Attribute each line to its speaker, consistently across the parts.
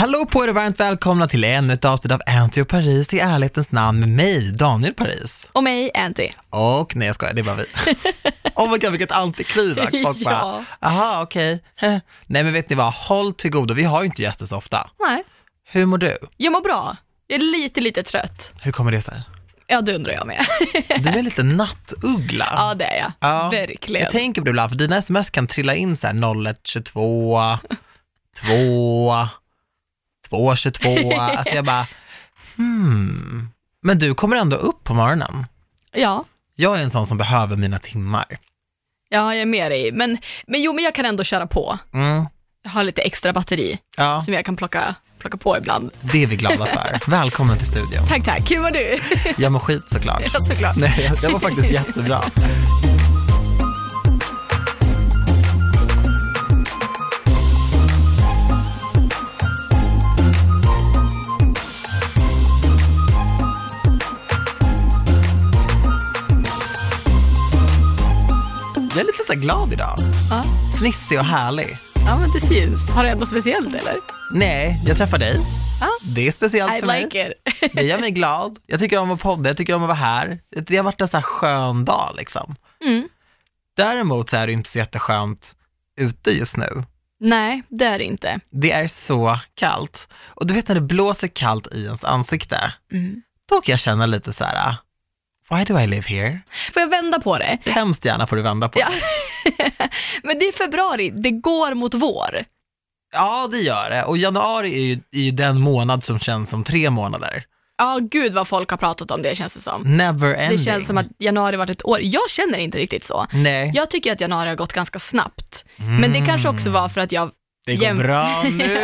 Speaker 1: Hallå på er och varmt välkomna till ännu ett avsnitt av Anty och Paris i ärlighetens namn med mig, Daniel Paris.
Speaker 2: Och mig, Anty.
Speaker 1: Och nej jag skojar, det är bara vi. My God, vilket antiklimax. Folk
Speaker 2: Ja.
Speaker 1: bara, aha okej. Nej men vet ni vad, håll till godo, vi har ju inte gäster så ofta.
Speaker 2: Nej.
Speaker 1: Hur mår du?
Speaker 2: Jag mår bra. Jag är lite trött.
Speaker 1: Hur kommer det sig?
Speaker 2: Ja, det undrar jag med.
Speaker 1: Du är lite nattuggla.
Speaker 2: Ja, det är jag.
Speaker 1: Ja.
Speaker 2: Verkligen.
Speaker 1: Jag tänker på det ibland, för dina sms kan trilla in så här 01:22, 2:22. Alltså jag bara, Men du kommer ändå upp på morgonen.
Speaker 2: Ja.
Speaker 1: Jag är en sån som behöver mina timmar.
Speaker 2: Ja, jag är med dig. Men jag kan ändå köra på.
Speaker 1: Mm.
Speaker 2: Jag har lite extra batteri
Speaker 1: Ja,
Speaker 2: som jag kan plocka på ibland.
Speaker 1: det är vi glada för. Välkommen till studion.
Speaker 2: Tack. Hur var du?
Speaker 1: Jag mår skit såklart.
Speaker 2: Ja, såklart.
Speaker 1: Nej, jag var faktiskt jättebra. Jag är lite så här glad idag.
Speaker 2: Ja.
Speaker 1: Fnissig och härlig.
Speaker 2: Ja, men det syns. Har du ändå speciellt, eller?
Speaker 1: Nej, jag träffar dig.
Speaker 2: Ja.
Speaker 1: Det är speciellt
Speaker 2: I
Speaker 1: för mig.
Speaker 2: like it.
Speaker 1: Det gör mig glad. Jag tycker om att podda, jag tycker om att vara här. Det har varit en så här skön dag liksom.
Speaker 2: Mm.
Speaker 1: Däremot så är det inte så jätteskönt ute just nu.
Speaker 2: Nej, det är det inte.
Speaker 1: Det är så kallt. Och du vet när det blåser kallt i ens ansikte, då kan jag känna lite så här: why do I live here?
Speaker 2: Får jag vända på det?
Speaker 1: Hemskt gärna får du vända på
Speaker 2: Ja.
Speaker 1: det.
Speaker 2: Men det är februari, det går mot vår.
Speaker 1: Ja, det gör det. Och januari är ju den månad som känns som 3 månader.
Speaker 2: Ja, gud vad folk har pratat om det, känns det som.
Speaker 1: Never ending.
Speaker 2: Det känns som att januari varit ett år. Jag känner inte riktigt så.
Speaker 1: Nej,
Speaker 2: Jag tycker att januari har gått ganska snabbt. Men det kanske också var för att jag...
Speaker 1: det går bra nu.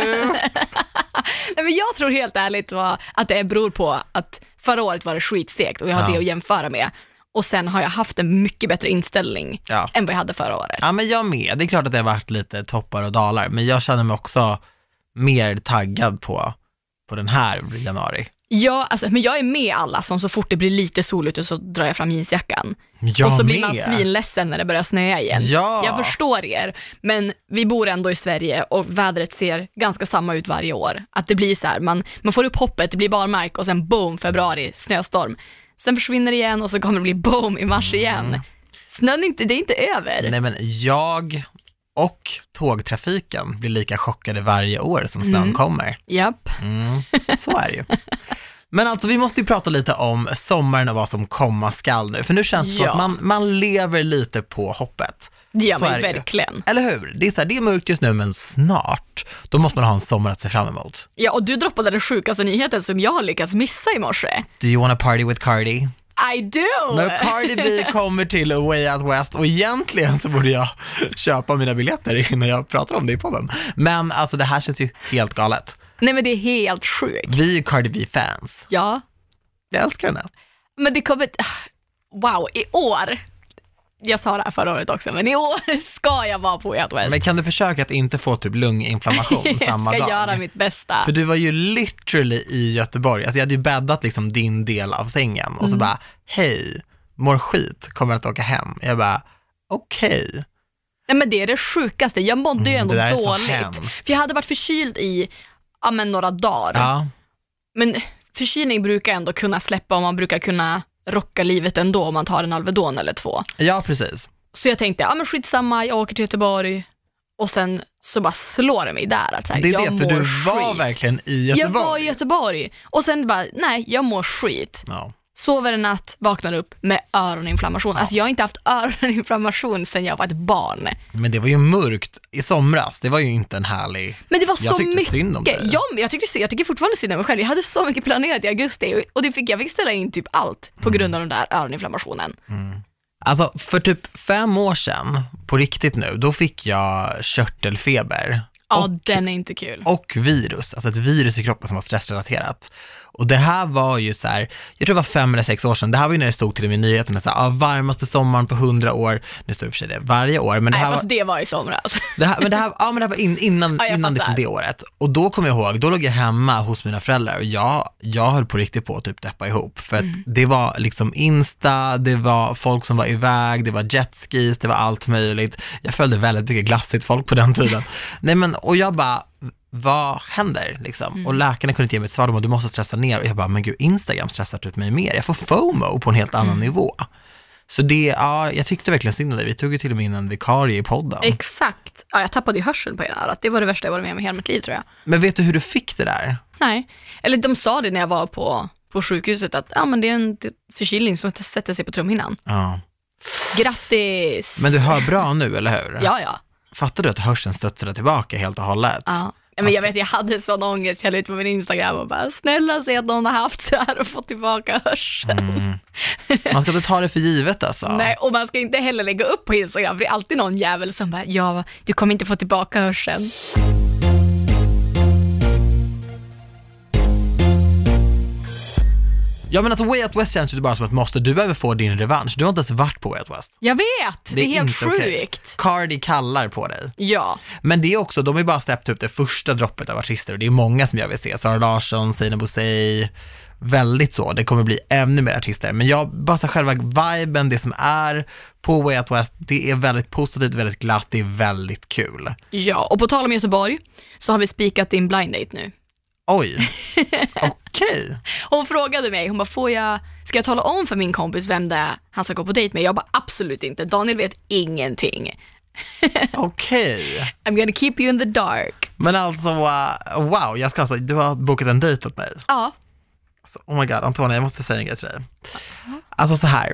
Speaker 2: Nej, men jag tror helt ärligt att det beror på att förra året var det skitsegt och jag har det att jämföra med. Och sen har jag haft en mycket bättre inställning än vad jag hade förra året.
Speaker 1: Ja, men jag med. Det är klart att det har varit lite toppar och dalar. Men jag känner mig också mer taggad på den här januari.
Speaker 2: Ja, alltså, men jag är med alla som så fort det blir lite sol ute så drar jag fram jeansjackan.
Speaker 1: Jag
Speaker 2: och så blir man
Speaker 1: med.
Speaker 2: svinledsen när det börjar snöa igen.
Speaker 1: Ja.
Speaker 2: Jag förstår er, men vi bor ändå i Sverige och vädret ser ganska samma ut varje år. Att det blir så här, man får upp hoppet, det blir barmark och sen boom, februari, snöstorm. Sen försvinner det igen och så kommer det bli boom i mars igen. Snön det är inte över.
Speaker 1: Nej, men jag och tågtrafiken blir lika chockade varje år som snön kommer.
Speaker 2: Japp.
Speaker 1: Så är det ju. Men alltså vi måste ju prata lite om sommaren och vad som komma skall nu. För nu känns det som att man lever lite på hoppet.
Speaker 2: Det gör
Speaker 1: Så
Speaker 2: man
Speaker 1: är det ju.
Speaker 2: verkligen.
Speaker 1: Eller hur? Det är så här, det är mörkt just nu, men snart då måste man ha en sommar att se fram emot.
Speaker 2: Ja, och du droppade den sjukaste nyheten som jag har lyckats missa i morse.
Speaker 1: Do you wanna party with Cardi?
Speaker 2: I do!
Speaker 1: När Cardi B kommer till Way Out West, och egentligen så borde jag köpa mina biljetter innan jag pratar om det i podden. Men alltså det här känns ju helt galet.
Speaker 2: Nej, men det är helt sjukt.
Speaker 1: Vi är Cardi B-fans.
Speaker 2: Ja.
Speaker 1: Jag älskar henne.
Speaker 2: Men det kommer... Wow, i år... Jag sa det här förra året också, men i år ska jag vara på Way Out West.
Speaker 1: Men kan du försöka att inte få typ lunginflammation samma dag?
Speaker 2: Jag ska göra mitt bästa.
Speaker 1: För du var ju literally i Göteborg. Alltså jag hade ju bäddat liksom din del av sängen. Och så bara, hej, mår skit, kommer att åka hem. Jag bara, okej.
Speaker 2: Nej, men det är det sjukaste. Jag mådde ju ändå
Speaker 1: det där är så
Speaker 2: dåligt.
Speaker 1: hemskt.
Speaker 2: För jag hade varit förkyld i några dagar.
Speaker 1: Ja.
Speaker 2: Men förkylning brukar ändå kunna släppa och man brukar kunna rocka livet ändå om man tar en Alvedon eller 2.
Speaker 1: Ja, precis.
Speaker 2: Så jag tänkte, men skitsamma, jag åker till Göteborg. Och sen så bara slår det mig där. Alltså,
Speaker 1: Det är
Speaker 2: jag
Speaker 1: det, för du
Speaker 2: mår
Speaker 1: var
Speaker 2: skit.
Speaker 1: verkligen i Göteborg.
Speaker 2: Jag var i Göteborg. Och sen bara, nej, jag mår skit.
Speaker 1: Ja.
Speaker 2: Sover en natt, vaknar upp med öroninflammation. Alltså jag har inte haft öroninflammation sedan jag var ett barn.
Speaker 1: Men det var ju mörkt i somras. Det var ju inte en härlig...
Speaker 2: Men det var
Speaker 1: Jag
Speaker 2: så
Speaker 1: tyckte
Speaker 2: mycket.
Speaker 1: synd om dig.
Speaker 2: Ja, men jag tycker fortfarande synd om mig själv. Jag hade så mycket planerat i augusti och jag fick ställa in typ allt på grund av den där öroninflammationen.
Speaker 1: Alltså för typ 5 år sedan, på riktigt nu, då fick jag körtelfeber.
Speaker 2: Ja, den är inte kul.
Speaker 1: Och virus, alltså ett virus i kroppen som var stressrelaterat. Och det här var ju så här, jag tror det var 5 eller 6 år sedan. Det här var ju när det stod till i nyheterna så här, varmaste sommaren på 100 år. Nu står det för sig det varje år, men det
Speaker 2: Nej,
Speaker 1: här
Speaker 2: fast
Speaker 1: var,
Speaker 2: det var i somras.
Speaker 1: det här var innan
Speaker 2: Ja,
Speaker 1: liksom
Speaker 2: fattar.
Speaker 1: det året. Och då kom jag ihåg, då låg jag hemma hos mina föräldrar och jag höll på riktigt på att typ deppa ihop. För att det var liksom Insta, det var folk som var iväg, det var jetskis, det var allt möjligt. Jag följde väldigt mycket glassigt folk på den tiden. Nej men, och jag bara, vad händer liksom? Och läkarna kunde inte ge mig ett svar, de bara, du måste stressa ner. Och jag bara, men gud, Instagram stressar ut mig mer. Jag får FOMO på en helt annan nivå. Så jag tyckte verkligen synd om det. Vi tog ju till och med in en vikarie i podden.
Speaker 2: Exakt. Ja, jag tappade ju hörseln på ena örat. Det var det värsta jag varit med om i hela mitt liv, tror jag.
Speaker 1: Men vet du hur du fick det där?
Speaker 2: Nej. Eller de sa det när jag var på sjukhuset att men det är en förkylning som inte sätter sig på trumhinnan.
Speaker 1: Ja.
Speaker 2: Grattis!
Speaker 1: Men du hör bra nu, eller hur?
Speaker 2: Ja.
Speaker 1: Fattar du att hörseln studsade tillbaka helt och hållet?
Speaker 2: Ja. Men jag vet, jag hade sån ångest. Jag la ut på min Instagram och bara, snälla säg att någon har haft så här och fått tillbaka hörseln.
Speaker 1: Man ska inte ta det för givet alltså.
Speaker 2: Nej, och man ska inte heller lägga upp på Instagram, för det är alltid någon jävel som bara, ja, du kommer inte få tillbaka hörseln.
Speaker 1: Ja, men alltså Way Out West känns ju bara som ett måste. Du behöver få din revansch. Du har inte ens varit på Way Out West.
Speaker 2: Jag vet, det är helt sjukt. Okay.
Speaker 1: Cardi kallar på dig.
Speaker 2: Ja.
Speaker 1: Men det är också, de har ju bara släppt upp det första droppet av artister. Och det är många som jag vill se. Sara Larsson, Sina Bosei. Väldigt så, det kommer bli ännu mer artister. Men bara så själva viben, det som är på Way Out West, det är väldigt positivt, väldigt glatt, det är väldigt kul.
Speaker 2: Ja, och på tal om Göteborg så har vi spikat din blind date nu.
Speaker 1: Oj, okej.
Speaker 2: Hon frågade mig, hon bara, ska jag tala om för min kompis vem det är han ska gå på dejt med? Jag bara, absolut inte, Daniel vet ingenting.
Speaker 1: Okej.
Speaker 2: I'm gonna keep you in the dark.
Speaker 1: Men alltså, wow, du har bokat en dejt åt mig.
Speaker 2: Ja.
Speaker 1: Alltså, oh my god, Antonija, jag måste säga en grej till dig. Alltså så här,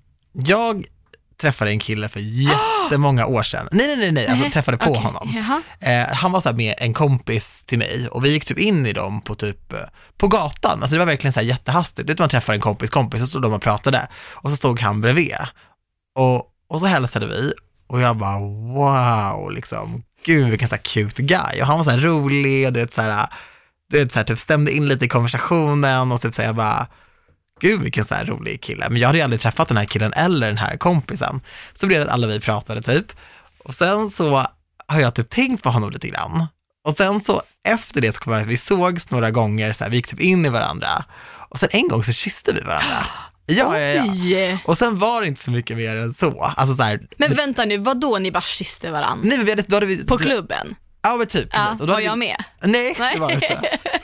Speaker 1: jag träffade en kille för jättemånga år sedan. Nej, alltså träffade på honom. Han var så här med en kompis till mig och vi gick typ in i dem på gatan. Alltså det var verkligen så här jättehastigt. Det man träffar en kompis och så stod de och pratade och så stod han bredvid. Och så hälsade vi och jag bara wow, liksom gud vilken så här cute guy. Och han var så här rolig och det så här typ stämde in lite i konversationen och typ så här jag bara gud vilken så här rolig kille. Men jag hade ju aldrig träffat den här killen eller den här kompisen. Så blev det att alla vi pratade typ. Och sen så har jag typ tänkt på honom lite grann. Och sen så efter det så kom jag att vi sågs några gånger så här, vi gick typ in i varandra. Och sen en gång så kysste vi varandra. Ja. Och sen var det inte så mycket mer än så. Alltså så här,
Speaker 2: men vänta nu, vad då ni bara kysste varandra?
Speaker 1: Nej, men då hade vi
Speaker 2: på klubben?
Speaker 1: Ja, men typ.
Speaker 2: Ja, och då var jag med?
Speaker 1: Nej, det var inte.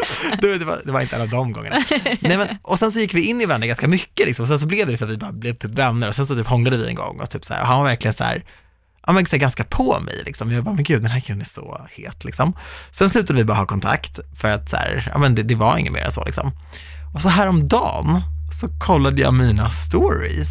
Speaker 1: Det var inte en av de gångerna. Nej, men, och sen så gick vi in i varandra ganska mycket liksom. Och sen så blev det för att vi bara blev typ vänner. Och sen så typ hånglade vi en gång och typ så här. Och han var verkligen så här, ja men så här, ganska på mig liksom. Jag bara, men gud, den här killen är så het liksom. Sen slutade vi bara ha kontakt för att så här, ja men det var inget mer än så liksom. Och så häromdagen så kollade jag mina stories.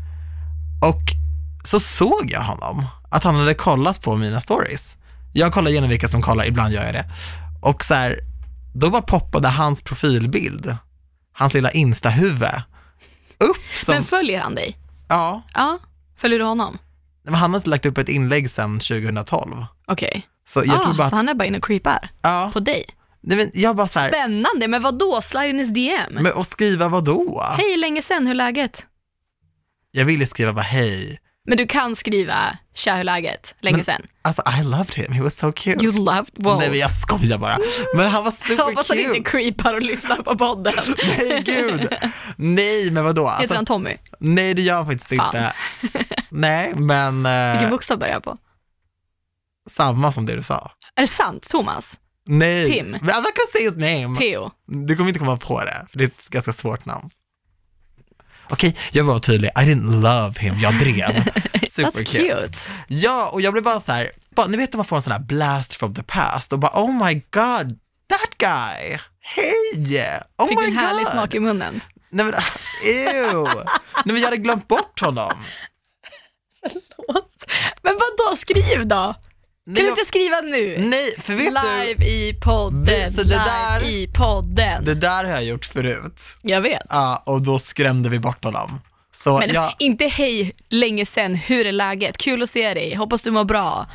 Speaker 1: Och så såg jag honom. Att han hade kollat på mina stories. Jag kollar igenom vilka som kollar, ibland gör jag det. Och så här, då bara poppade hans profilbild, hans lilla Insta-huvud upp.
Speaker 2: Men följer han dig?
Speaker 1: Ja.
Speaker 2: Ja, följer du honom?
Speaker 1: Men han har inte lagt upp ett inlägg sedan 2012.
Speaker 2: Okej.
Speaker 1: Så jag tror bara
Speaker 2: så han är bara inne och creepar på dig?
Speaker 1: Nej, men jag bara så här,
Speaker 2: spännande, men vad då? Slide in his DM?
Speaker 1: Men och skriva vad då?
Speaker 2: Hej, länge sen, hur är läget?
Speaker 1: Jag ville skriva bara hej.
Speaker 2: Men du kan skriva tja, hur läget? Länge sen.
Speaker 1: Alltså, I loved him. He was so cute.
Speaker 2: You loved? Wow.
Speaker 1: Nej, men jag skojar bara. Men han var super
Speaker 2: jag hoppas
Speaker 1: cute.
Speaker 2: Han inte creepar och lyssnar på podden.
Speaker 1: Nej, gud. Nej, men vadå?
Speaker 2: Heter
Speaker 1: alltså,
Speaker 2: han Tommy?
Speaker 1: Nej, det gör han faktiskt inte. Nej, men
Speaker 2: vilken bokstav börjar jag på?
Speaker 1: Samma som det du sa.
Speaker 2: Är det sant? Thomas?
Speaker 1: Nej.
Speaker 2: Tim?
Speaker 1: I'm not gonna say his name.
Speaker 2: Theo?
Speaker 1: Du kommer inte komma på det, för det är ett ganska svårt namn. Okej, jag var tydlig. I didn't love him. Jag drev.
Speaker 2: Super cute.
Speaker 1: Ja, och jag blev bara så här, ni vet att man får en sån här blast from the past och bara, oh my god, that guy. Hej! Oh
Speaker 2: fick
Speaker 1: my
Speaker 2: en härlig
Speaker 1: god.
Speaker 2: smak i munnen.
Speaker 1: Nej men, ew. Nej men jag hade glömt bort honom.
Speaker 2: Förlåt. Men vad då? Skriv då. Kan du inte skriva nu?
Speaker 1: Nej, för vet
Speaker 2: live
Speaker 1: du,
Speaker 2: i podden.
Speaker 1: så
Speaker 2: live i podden.
Speaker 1: Det där har jag gjort förut.
Speaker 2: Jag vet.
Speaker 1: Ja, och då skrämde vi bort honom. Så
Speaker 2: men inte hej, länge sen, hur är läget? Kul att se dig, hoppas du mår bra.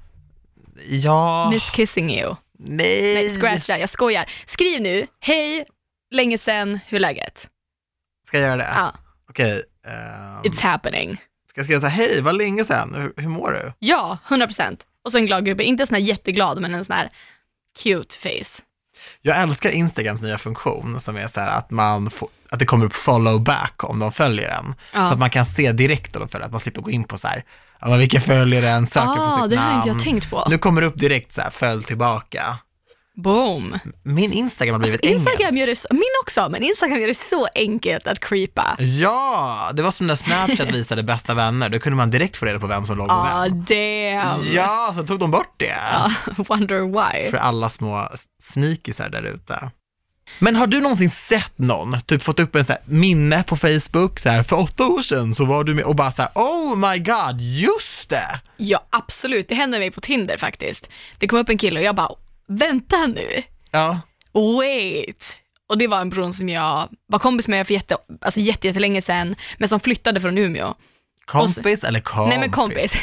Speaker 1: Ja.
Speaker 2: Miss kissing you. Nej, scratcha, jag skojar. Skriv nu, hej, länge sen, hur är läget?
Speaker 1: Ska jag göra det?
Speaker 2: Ja.
Speaker 1: Okej.
Speaker 2: It's happening.
Speaker 1: Ska jag skriva så här, hej, vad länge sen, hur mår du?
Speaker 2: Ja, 100%. Och så en glad gubbe, inte en sån här jätteglad, men en sån här cute face.
Speaker 1: Jag älskar Instagrams nya funktion som är så här att att det kommer upp follow back om de följer en.
Speaker 2: Ja.
Speaker 1: Så att man kan se direkt om de följer, att man slipper gå in på så här, ja, vilka följer en, söker på sitt namn.
Speaker 2: Det har inte jag tänkt på.
Speaker 1: Nu kommer det upp direkt så här, följ tillbaka.
Speaker 2: Boom.
Speaker 1: Min Instagram har blivit
Speaker 2: Instagram gör det min också, men Instagram gör det så enkelt att creepa.
Speaker 1: Ja, det var som när Snapchat visade bästa vänner. Då kunde man direkt få reda på vem som låg med vem.
Speaker 2: Damn.
Speaker 1: Ja, så tog de bort det.
Speaker 2: Wonder why.
Speaker 1: För alla små sneakisar där ute. Men har du någonsin sett någon, typ fått upp en så här minne på Facebook så här, för 8 år sedan så var du med och bara så här, oh my god, just det.
Speaker 2: Ja, absolut. Det hände mig på Tinder faktiskt. Det kom upp en kille och jag bara, vänta nu.
Speaker 1: Ja.
Speaker 2: Wait. Och det var en person som jag var kompis med för jättelänge sedan, men som flyttade från Umeå.
Speaker 1: Kompis eller kompis?
Speaker 2: Nej, men kompis.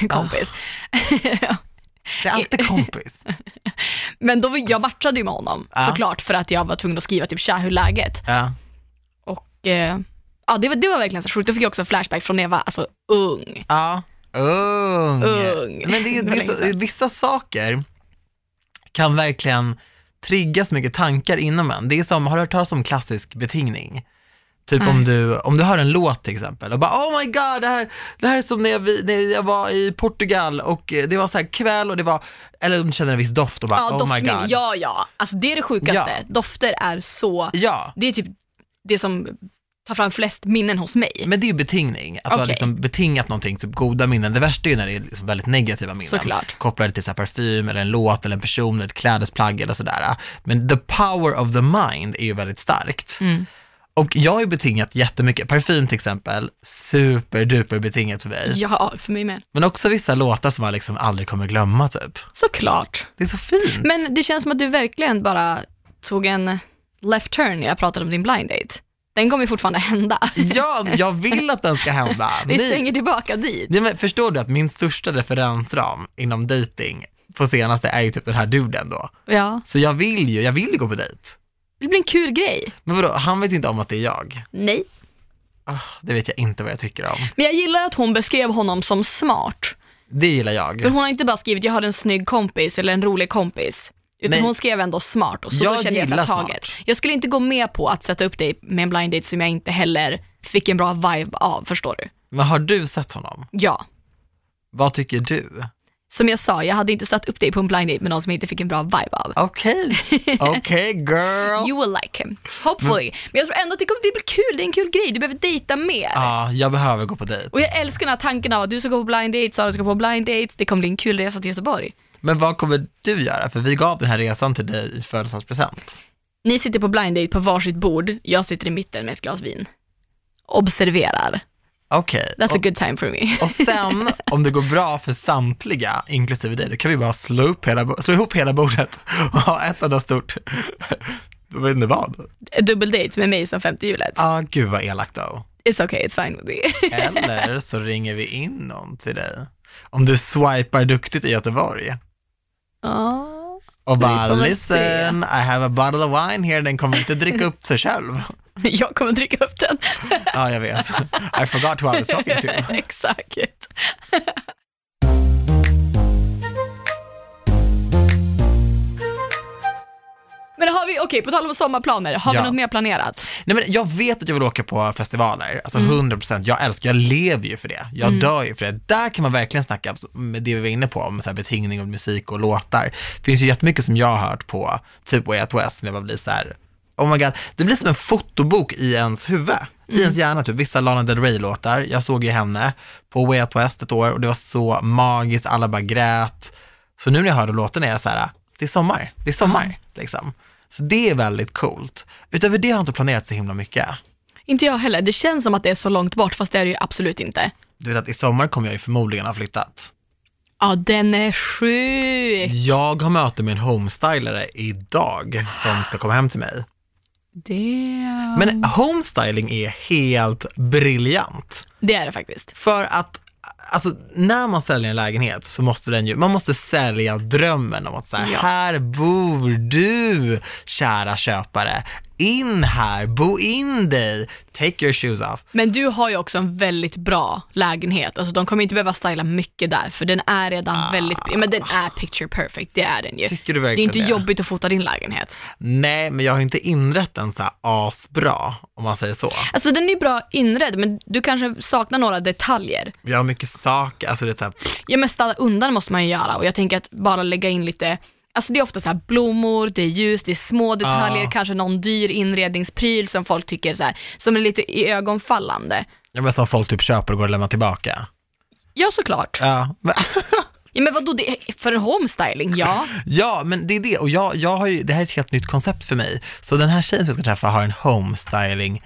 Speaker 1: Det är alltid kompis.
Speaker 2: Men då jag matchade ju med honom, såklart, för att jag var tvungen att skriva typ tja, hur läget?
Speaker 1: Ja.
Speaker 2: Och det var verkligen så sjukt. Då fick jag också en flashback från när jag var ung.
Speaker 1: Ja, ung. Men det är så, vissa saker kan verkligen trigga så mycket tankar inom en. Det är som, har du hört talas om klassisk betingning? Typ om du hör en låt till exempel och bara, oh my god, det här är som när jag var i Portugal och det var så här kväll och det var, eller du känner en viss doft och bara, oh my god.
Speaker 2: Ja, alltså det är det sjukaste. Dofter är så, det är typ det som tar fram flest minnen hos mig.
Speaker 1: Men det är ju betingning, att du har liksom betingat någonting, typ goda minnen. Det värsta är ju när det är liksom väldigt negativa minnen.
Speaker 2: Såklart.
Speaker 1: Kopplade till så här parfym eller en låt eller en person, ett klädesplagg eller sådär. Men the power of the mind är ju väldigt starkt. Och jag har ju betingat jättemycket. Parfym till exempel, superduper betingat för mig.
Speaker 2: Ja, för mig med.
Speaker 1: Men också vissa låtar som man liksom aldrig kommer glömma typ.
Speaker 2: Såklart.
Speaker 1: Det är så fint.
Speaker 2: Men det känns som att du verkligen bara tog en left turn när jag pratade om din blind date. Den kommer ju fortfarande hända. Ja,
Speaker 1: jag vill att den ska hända.
Speaker 2: Vi svänger tillbaka dit.
Speaker 1: Ja, men förstår du att min största referensram inom dating på senaste är ju typ den här duden då.
Speaker 2: Ja.
Speaker 1: Så jag vill ju gå på dejt.
Speaker 2: Det blir en kul grej.
Speaker 1: Men vadå, han vet inte om att det är jag?
Speaker 2: Nej.
Speaker 1: Det vet jag inte vad jag tycker om.
Speaker 2: Men jag gillar att hon beskrev honom som smart.
Speaker 1: Det gillar jag.
Speaker 2: För hon har inte bara skrivit, jag har en snygg kompis eller en rolig kompis. Utan hon skrev ändå smart. Och så
Speaker 1: jag
Speaker 2: då kände jag taget. Jag skulle inte gå med på att sätta upp dig med en blind date som jag inte heller fick en bra vibe av, förstår du?
Speaker 1: Men har du sett honom?
Speaker 2: Ja. Vad
Speaker 1: tycker du?
Speaker 2: Som jag sa, jag hade inte satt upp dig på en blind date med någon som jag inte fick en bra vibe av.
Speaker 1: Okej, girl.
Speaker 2: You will like him, hopefully. Men jag tror ändå att det kommer bli kul, det är en kul grej. Du behöver dejta mer.
Speaker 1: Ja, jag behöver gå på dejt.
Speaker 2: Och jag älskar den här tanken av att du ska gå på blind date, Sara ska gå på blind date. Det kommer bli en kul resa till Göteborg.
Speaker 1: Men vad kommer du göra? För vi gav den här resan till dig i födelsedagspresent.
Speaker 2: Ni sitter på blind date på varsitt bord. Jag sitter i mitten med ett glas vin. Observerar.
Speaker 1: Okej.
Speaker 2: That's a good time for me.
Speaker 1: Och sen, om det går bra för samtliga, inklusive dig, då kan vi bara slå ihop hela bordet och ha ett enda stort, jag vet inte vad.
Speaker 2: Dubbeldate med mig som 50 hjulet.
Speaker 1: Gud vad elakt då.
Speaker 2: It's okay, it's fine with me.
Speaker 1: Eller så ringer vi in någon till dig. Om du swipar duktigt i Göteborg. Och bara, listen, I have a bottle of wine here. Den kommer inte dricka upp sig själv.
Speaker 2: Jag kommer dricka upp den.
Speaker 1: Ja, jag vet. I forgot who I was talking to.
Speaker 2: Exakt. Men har vi, på tal om sommarplaner, har vi något mer planerat?
Speaker 1: Nej, men jag vet att jag vill åka på festivaler, alltså 100%, jag lever ju för det, jag dör ju för det. Där kan man verkligen snacka med det vi var inne på, om så här betingning och musik och låtar. Det finns ju jättemycket som jag har hört på, typ Way Out West, när jag bara blir så här, oh my god, det blir som en fotobok i ens huvud, i ens hjärna, typ vissa Lana Del Rey-låtar. Jag såg ju henne på Way Out West ett år och det var så magiskt, alla bara grät. Så nu när jag hörde låten är jag så här, det är sommar liksom. Så det är väldigt coolt. Utöver det har jag inte planerat så himla mycket.
Speaker 2: Inte jag heller. Det känns som att det är så långt bort, fast det är det ju absolut inte.
Speaker 1: Du vet att i sommar kommer jag ju förmodligen ha flyttat.
Speaker 2: Ja, den är sjuk.
Speaker 1: Jag har möte med en homestylare idag som ska komma hem till mig.
Speaker 2: Damn.
Speaker 1: Men homestyling är helt briljant.
Speaker 2: Det är det faktiskt.
Speaker 1: För att alltså, när man säljer en lägenhet så måste man måste sälja drömmen om att så här, här bor du, kära köpare. In här, bo in dig, take your shoes off.
Speaker 2: Men du har ju också en väldigt bra lägenhet. Alltså de kommer inte behöva styla mycket där, för den är redan väldigt, men den är picture perfect, det är den ju.
Speaker 1: Tycker du verkligen
Speaker 2: det är inte jobbigt att fota din lägenhet.
Speaker 1: Nej, men jag har inte inrett den så här asbra, om man säger så.
Speaker 2: Alltså den är ju bra inredd, men du kanske saknar några detaljer.
Speaker 1: Jag har mycket saker, alltså det är så här.
Speaker 2: Ja, men ställa undan måste man ju göra, och jag tänker att bara lägga in lite. Alltså det är ofta så här blommor, det är ljus, det är små detaljer, kanske någon dyr inredningspryl som folk tycker så här, som är lite i ögonfallande.
Speaker 1: Ja, men som folk typ köper och går och lämnar tillbaka.
Speaker 2: Ja, såklart.
Speaker 1: Ja.
Speaker 2: Ja, men vadå, det är för en homestyling, ja.
Speaker 1: Ja, men det är det. Och jag har ju, det här är ett helt nytt koncept för mig. Så den här tjejen som jag ska träffa har en homestyling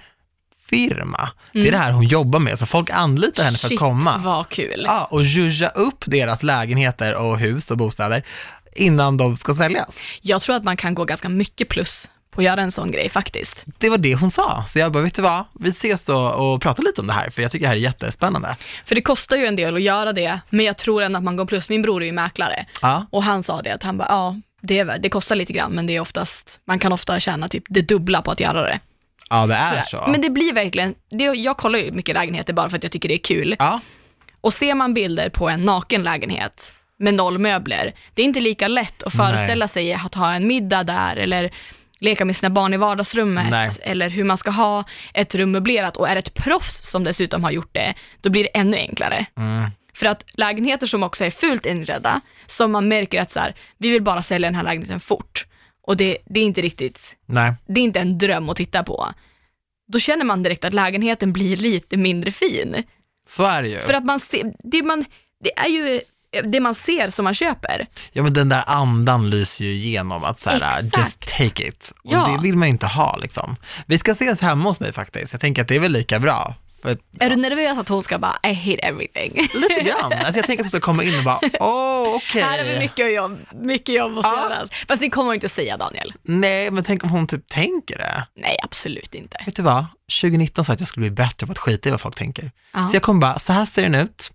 Speaker 1: firma. Det är det här hon jobbar med. Så folk anlitar henne för att komma.
Speaker 2: Shit, vad kul.
Speaker 1: Ja, och judga upp deras lägenheter och hus och bostäder innan de ska säljas.
Speaker 2: Jag tror att man kan gå ganska mycket plus på att göra en sån grej faktiskt.
Speaker 1: Det var det hon sa. Så jag bara, vet du vad? Vi ses och pratar lite om det här. För jag tycker det här är jättespännande.
Speaker 2: För det kostar ju en del att göra det. Men jag tror ändå att man går plus. Min bror är ju mäklare. Ja. Och han sa det att han bara, ja, det kostar lite grann. Men det är oftast, man kan ofta tjäna typ det dubbla på att göra det.
Speaker 1: Ja, det är så.
Speaker 2: Men det blir verkligen, jag kollar ju mycket lägenheter bara för att jag tycker det är kul.
Speaker 1: Ja.
Speaker 2: Och ser man bilder på en naken lägenhet med 0 möbler, det är inte lika lätt att föreställa sig att ha en middag där eller leka med sina barn i vardagsrummet eller hur man ska ha ett rum möblerat. Och är det ett proffs som dessutom har gjort det, då blir det ännu enklare. För att lägenheter som också är fullt inredda, som man märker att så här, vi vill bara sälja den här lägenheten fort. Och det är inte riktigt, det är inte en dröm att titta på. Då känner man direkt att lägenheten blir lite mindre fin.
Speaker 1: Så är det ju.
Speaker 2: För att man ser, det är ju det man ser som man köper.
Speaker 1: Ja, men den där andan lyser ju igenom att så här, just take it. Och det vill man ju inte ha liksom. Vi ska ses hemma hos mig faktiskt. Jag tänker att det är väl lika bra. För,
Speaker 2: är du nervös att hon ska bara, I hate everything?
Speaker 1: Lite grann. Alltså jag tänker att hon ska komma in och bara, okej.
Speaker 2: Här är mycket jobb att göra. Fast det kommer inte att säga, Daniel.
Speaker 1: Nej, men tänk om hon typ tänker det.
Speaker 2: Nej, absolut inte.
Speaker 1: Vet du vad? 2019 sa att jag skulle bli bättre på att skita i vad folk tänker. Så jag kommer bara, så här ser den ut.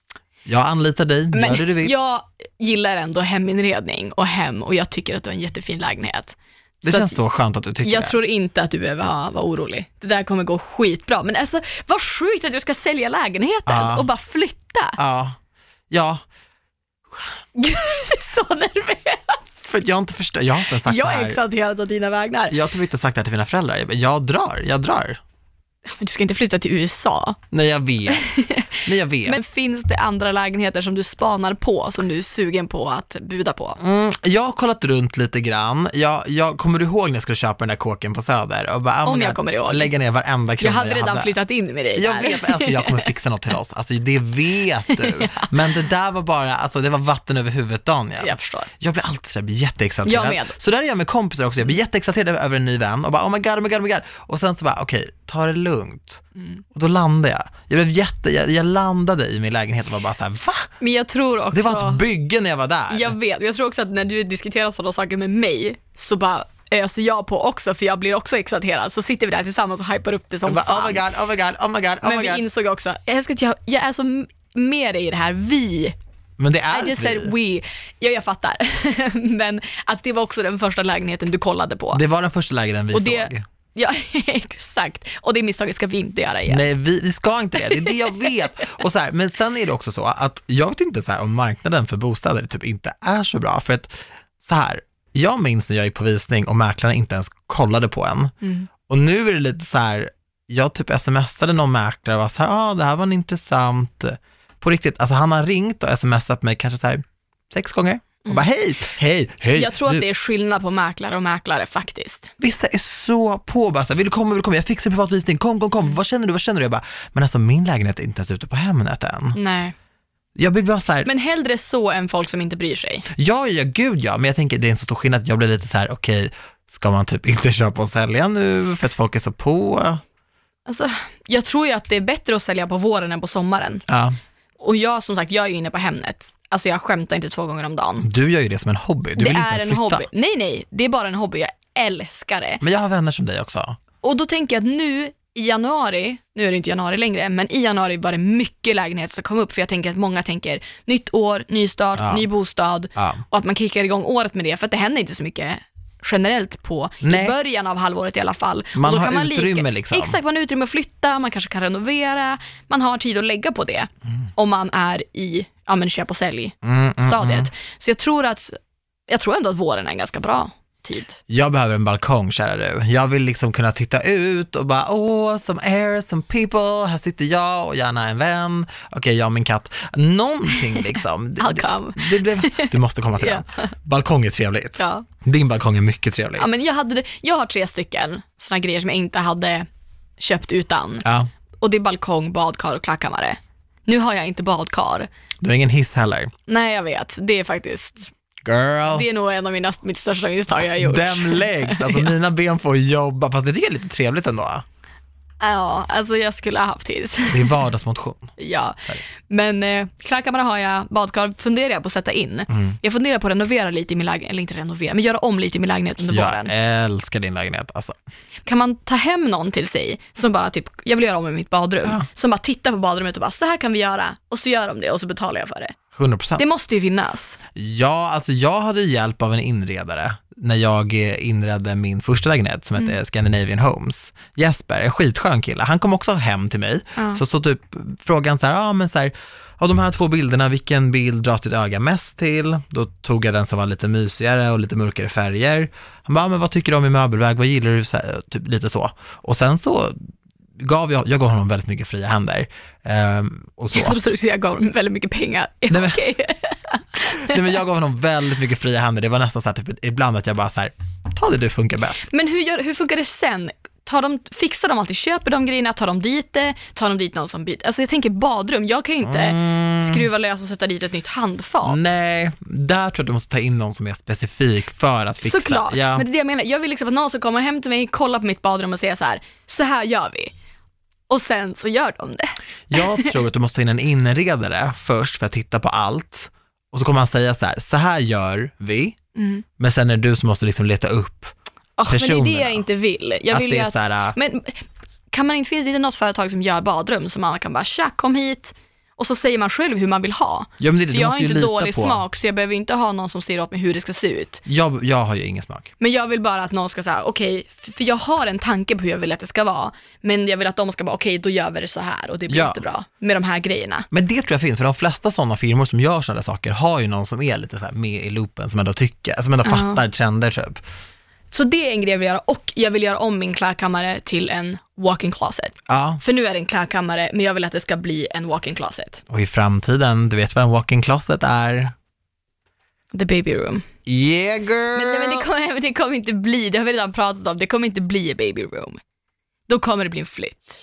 Speaker 1: Jag anlitar dig, gör det du vill.
Speaker 2: Jag gillar ändå heminredning och jag tycker att du har en jättefin lägenhet.
Speaker 1: Det så känns så skönt att du tycker
Speaker 2: jag tror inte att du behöver vara orolig. Det där kommer gå skitbra. Men alltså, vad sjukt att du ska sälja lägenheten och bara flytta.
Speaker 1: Ja.
Speaker 2: Gud, jag är så nervös.
Speaker 1: För jag har inte förstått, jag har inte sagt det här.
Speaker 2: Jag är exalterad av dina vägnar.
Speaker 1: Jag har typ inte sagt det här till mina föräldrar. Jag drar.
Speaker 2: Men du ska inte flytta till USA.
Speaker 1: Nej, jag vet.
Speaker 2: Men finns det andra lägenheter som du spanar på, som du är sugen på att buda på?
Speaker 1: Jag har kollat runt lite grann. Jag kommer du ihåg när jag skulle köpa den där kåken på Söder? Och bara,
Speaker 2: om jag kommer ihåg.
Speaker 1: Lägga ner varenda krona
Speaker 2: jag hade redan flyttat in med dig.
Speaker 1: Jag vet att jag kommer fixa något till oss. Alltså det vet du. Men det där var bara, alltså det var vatten över huvudet, Daniel.
Speaker 2: Jag förstår.
Speaker 1: Jag blir alltid så där, jätteexalterad.
Speaker 2: Jag med.
Speaker 1: Så där är jag med kompisar också. Jag blir jätteexalterad över en ny vän. Och bara, oh my god. Och sen så bara, okej, ta det lugnt. Och då landade jag. Jag landade i min lägenhet och var bara så här, va?
Speaker 2: Men jag tror också,
Speaker 1: det var ett bygge när jag var där.
Speaker 2: Jag vet, jag tror också att när du diskuterar sådana saker med mig så bara öser jag på också, för jag blir också exalterad. Så sitter vi där tillsammans och hypar upp det som fan.
Speaker 1: Oh my god.
Speaker 2: Men vi insåg också, jag är så med dig i det här, vi.
Speaker 1: Men det är
Speaker 2: I just said we. Ja, jag fattar. Men att det var också den första lägenheten du kollade på.
Speaker 1: Det var den första lägenheten vi såg.
Speaker 2: Ja, exakt. Och det misstaget ska vi inte göra igen.
Speaker 1: Nej, vi ska inte det. Det är det jag vet. Och så här, men sen är det också så att jag vet inte så här, om marknaden för bostäder typ inte är så bra. För att så här, jag minns när jag gick på visning och mäklarna inte ens kollade på en. Och nu är det lite så här, jag typ smsade någon mäklare och var så här, det här var en intressant. På riktigt, alltså han har ringt och smsat mig kanske så här 6 gånger. Och bara hej.
Speaker 2: Jag tror att det är skillnad på mäklare och mäklare faktiskt.
Speaker 1: Vissa är så på, bara så här, vill du komma, jag fixar en privatvisning, kom, vad känner du? Jag bara, men alltså min lägenhet är inte ens ute på Hemnet än.
Speaker 2: Nej.
Speaker 1: Jag blir bara så här,
Speaker 2: men hellre så än folk som inte bryr sig.
Speaker 1: Ja, gud ja, men jag tänker det är en så stor skillnad att jag blir lite så här, okej, ska man typ inte köpa och sälja nu för att folk är så på?
Speaker 2: Alltså, jag tror ju att det är bättre att sälja på våren än på sommaren.
Speaker 1: Ja.
Speaker 2: Och jag, som sagt, jag är ju inne på Hemnet. Alltså jag skämtar inte 2 gånger om dagen.
Speaker 1: Du gör ju det som en hobby. Du vill inte ens flytta.
Speaker 2: Hobby. Nej, det är bara en hobby. Jag älskar det.
Speaker 1: Men jag har vänner som dig också.
Speaker 2: Och då tänker jag att nu i januari, nu är det inte januari längre, men i januari var det mycket lägenheter som kom upp. För jag tänker att många tänker nytt år, ny start, ny bostad. Och att man kickar igång året med det. För att det händer inte så mycket generellt i början av halvåret i alla fall.
Speaker 1: Man
Speaker 2: och då
Speaker 1: har
Speaker 2: kan
Speaker 1: utrymme liksom.
Speaker 2: Exakt, man har utrymme att flytta, man kanske kan renovera, man har tid att lägga på det om man är i köp och sälj stadiet. Så jag tror ändå att våren är ganska bra. tid.
Speaker 1: Jag behöver en balkong, kära du. Jag vill liksom kunna titta ut och bara, some air, some people. Här sitter jag och gärna en vän. Okej, jag och min katt. Någonting liksom. Du måste komma till den. Balkong är trevligt.
Speaker 2: Ja.
Speaker 1: Din balkong är mycket trevlig.
Speaker 2: Ja, men jag har 3 stycken såna grejer som jag inte hade köpt utan.
Speaker 1: Ja. Och
Speaker 2: det är balkong, badkar och klackkammare. Nu har jag inte badkar.
Speaker 1: Du har ingen hiss heller.
Speaker 2: Nej, jag vet. Det är faktiskt...
Speaker 1: Girl.
Speaker 2: Det är nog en av mitt största misstag jag har gjort.
Speaker 1: Dem legs, alltså mina ben får jobba. Fast det tycker jag är lite trevligt ändå.
Speaker 2: Ja, alltså jag skulle ha haft tid.
Speaker 1: Det är vardagsmotion.
Speaker 2: Ja, men klackkammare har jag, badkar funderar jag på att sätta in. Jag funderar på att renovera lite i min lägenhet, eller inte renovera, men göra om lite i min lägenhet under våren.
Speaker 1: Jag älskar din lägenhet, alltså.
Speaker 2: Kan man ta hem någon till sig som bara typ, jag vill göra om i mitt badrum, som bara tittar på badrummet och bara, så här kan vi göra, och så gör de det och så betalar jag för det.
Speaker 1: 100%.
Speaker 2: Det måste ju finnas.
Speaker 1: Ja, alltså jag hade hjälp av en inredare när jag inredde min första lägenhet som heter Scandinavian Homes. Jesper, en skitskön kille. Han kom också hem till mig. Så typ frågan så här, av de här 2 bilderna, vilken bild dras ditt öga mest till? Då tog jag den som var lite mysigare och lite mörkare färger. Han bara, men vad tycker du om i möbelväg? Vad gillar du? Så här, typ lite så. Och sen så gav jag gav honom väldigt mycket fria händer. Och så.
Speaker 2: Jag gav honom väldigt mycket pengar.
Speaker 1: Nej, men jag gav honom väldigt mycket fria händer. Det var nästan så här, typ, ibland att jag bara så här, ta det du funkar bäst.
Speaker 2: Men hur funkar det sen? Fixar de alltid, köper de grejerna, tar de dit någon som byter? Alltså jag tänker badrum, jag kan ju inte skruva lös och sätta dit ett nytt handfat.
Speaker 1: Nej, där tror jag att du måste ta in någon som är specifik för att fixa.
Speaker 2: Såklart, men det är det jag menar. Jag vill liksom att någon ska komma hem till mig, kolla på mitt badrum och säga så här gör vi. Och sen så gör de det. Jag
Speaker 1: tror att du måste ta in en inredare först för att titta på allt. Och så kommer han säga så här gör vi. Men sen är det du som måste liksom leta upp personerna. Men det är det jag inte vill. Jag vill att men kan man inte, finns det inte något företag som gör badrum som man kan bara, kom hit. Och så säger man själv hur man vill ha. Ja, men för jag har inte dålig smak, så jag behöver inte ha någon som säger åt mig hur det ska se ut. Jag har ju ingen smak.
Speaker 2: Men jag vill bara att någon ska säga, okej, för jag har en tanke på hur jag vill att det ska vara. Men jag vill att de ska bara, okej, då gör vi det så här och det blir inte bra med de här grejerna. Men det tror jag finns, för de flesta sådana firmor som gör sådana saker har ju någon som är lite så här med i loopen, som ändå tycker, som ändå fattar trender typ. Så det är en grej jag vill göra, och jag vill göra om min klädkammare till en walk-in closet. Ja. För nu är det en klädkammare, men jag vill att det ska bli en walk-in closet. Och i framtiden, du vet vad en walk-in closet är? The baby room. Yeah, girl! Men det kommer inte bli, det har vi redan pratat om, det kommer inte bli a baby room. Då kommer det bli en flytt.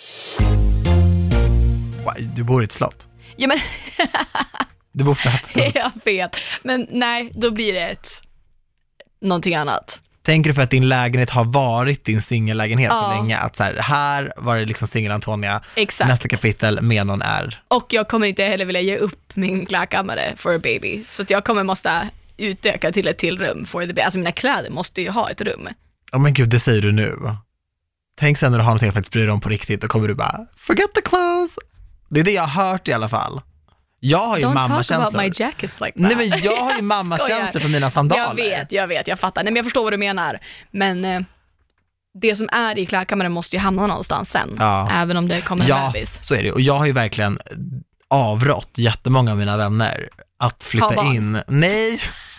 Speaker 2: Du bor i ett slott. Ja, men... Du bor fett. Jag vet, men nej, då blir det någonting annat. Tänker du för att din lägenhet har varit din singellägenhet så länge, att så här var det liksom singel Antonia. Exakt. Nästa kapitel med någon är. Och jag kommer inte heller vilja ge upp min klädkammare for a baby, så att jag kommer måste utöka till ett till rum for the baby. Alltså mina kläder måste ju ha ett rum. Men gud, det säger du nu. Tänk sen när du har någonting att faktiskt bry dig om på riktigt, då kommer du bara, forget the clothes. Det är det jag har hört i alla fall. Jag har ju mammakänslor. Like nej, men jag har ju mammakänslor för mina sandaler. Jag fattar. Nej, men jag förstår vad du menar. Men det som är i klädkammaren måste ju hamna någonstans sen. Även om det kommer en bebis. Så är det. Och jag har ju verkligen avrått jättemånga av mina vänner att flytta in. Nej!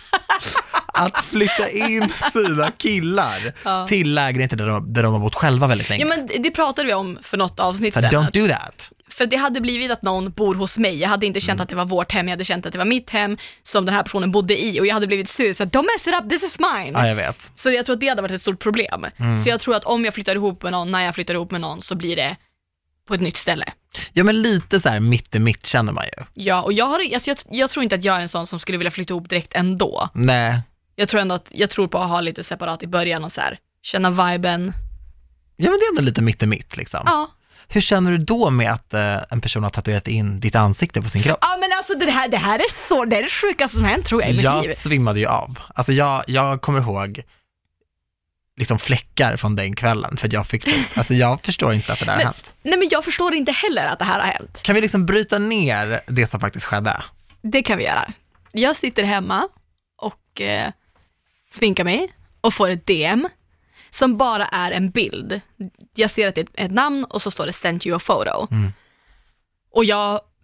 Speaker 2: Att flytta in sina killar till lägenheter där de har bott själva väldigt länge. Ja, men det pratade vi om för något avsnitt sen. Don't do that. För det hade blivit att någon bor hos mig. Jag hade inte känt att det var vårt hem. Jag hade känt att det var mitt hem som den här personen bodde i. Och jag hade blivit sur. Så don't mess it up, this is mine. Ja, jag vet. Så jag tror att det hade varit ett stort problem. Så jag tror att om jag flyttar ihop med någon, när jag flyttar ihop med någon, så blir det på ett nytt ställe. Ja, men lite så här mitt känner man ju. Ja, och jag tror inte att jag är en sån som skulle vilja flytta ihop direkt ändå. Nej. Jag tror ändå att jag tror på att ha lite separat i början och så här, känna viben. Ja, men det är ändå lite mitt liksom. Ja. Hur känner du då med att en person har tatuerat in ditt ansikte på sin kropp? Ja, men alltså det här är det sjukaste som hänt, tror jag, i mitt liv. Jag svimmade ju av. Alltså jag kommer ihåg liksom fläckar från den kvällen, för att jag fick det. Alltså jag förstår inte att det där har hänt. Nej, men jag förstår inte heller att det här har hänt. Kan vi liksom bryta ner det som faktiskt skedde? Det kan vi göra. Jag sitter hemma och sminkar mig och får ett DM som bara är en bild. Jag ser att det är ett namn och så står det sent you a photo. Och jag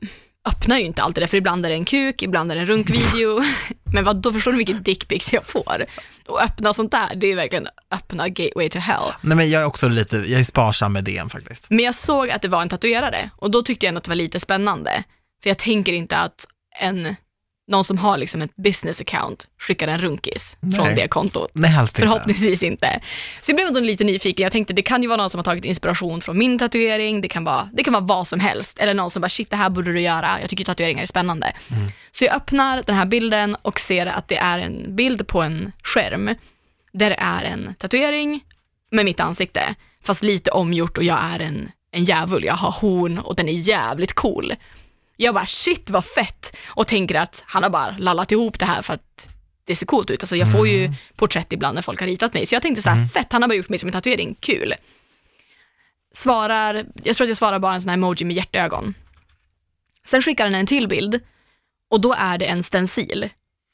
Speaker 2: öppnar ju inte alltid det, för ibland är det en kuk, ibland är det en runkvideo. Men då förstår du vilket dickpics jag får. Och öppna sånt där, det är ju verkligen öppna gateway to hell.
Speaker 1: Nej, men jag är också jag är sparsam med det faktiskt.
Speaker 2: Men jag såg att det var en tatuerare, och då tyckte jag ändå att det var lite spännande. För jag tänker inte att någon som har liksom ett business account skickar en runkis från det kontot.
Speaker 1: Nej, helst inte.
Speaker 2: Förhoppningsvis inte. Så jag blev ändå lite nyfiken. Jag tänkte det kan ju vara någon som har tagit inspiration från min tatuering. Det kan vara vad som helst. Eller någon som bara, shit, det här borde du göra. Jag tycker tatueringar är spännande. Så jag öppnar den här bilden och ser att det är en bild på en skärm där det är en tatuering med mitt ansikte. Fast lite omgjort, och jag är en djävul. Jag har horn och den är jävligt cool. Jag bara, shit vad fett, och tänker att han har bara lallat ihop det här för att det ser coolt ut. Alltså jag får ju porträtt ibland när folk har ritat mig. Så jag tänkte så här, fett, han har bara gjort mig som en tatuering, kul. Jag tror att jag svarar bara en sån här emoji med hjärtögon. Sen skickar han en till bild, och då är det en stencil.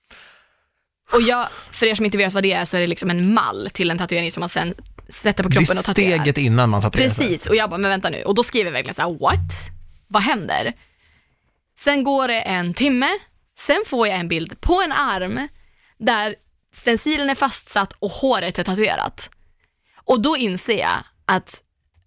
Speaker 2: Och för er som inte vet vad det är, så är det liksom en mall till en tatuering som man sen sätter på kroppen och tatuerar.
Speaker 1: Det är steget innan man tatuerar.
Speaker 2: Precis, och jag bara, men vänta nu. Och då skriver jag verkligen så här, what? Vad händer? Sen går det en timme, sen får jag en bild på en arm där stencilen är fastsatt och håret är tatuerat. Och då inser jag att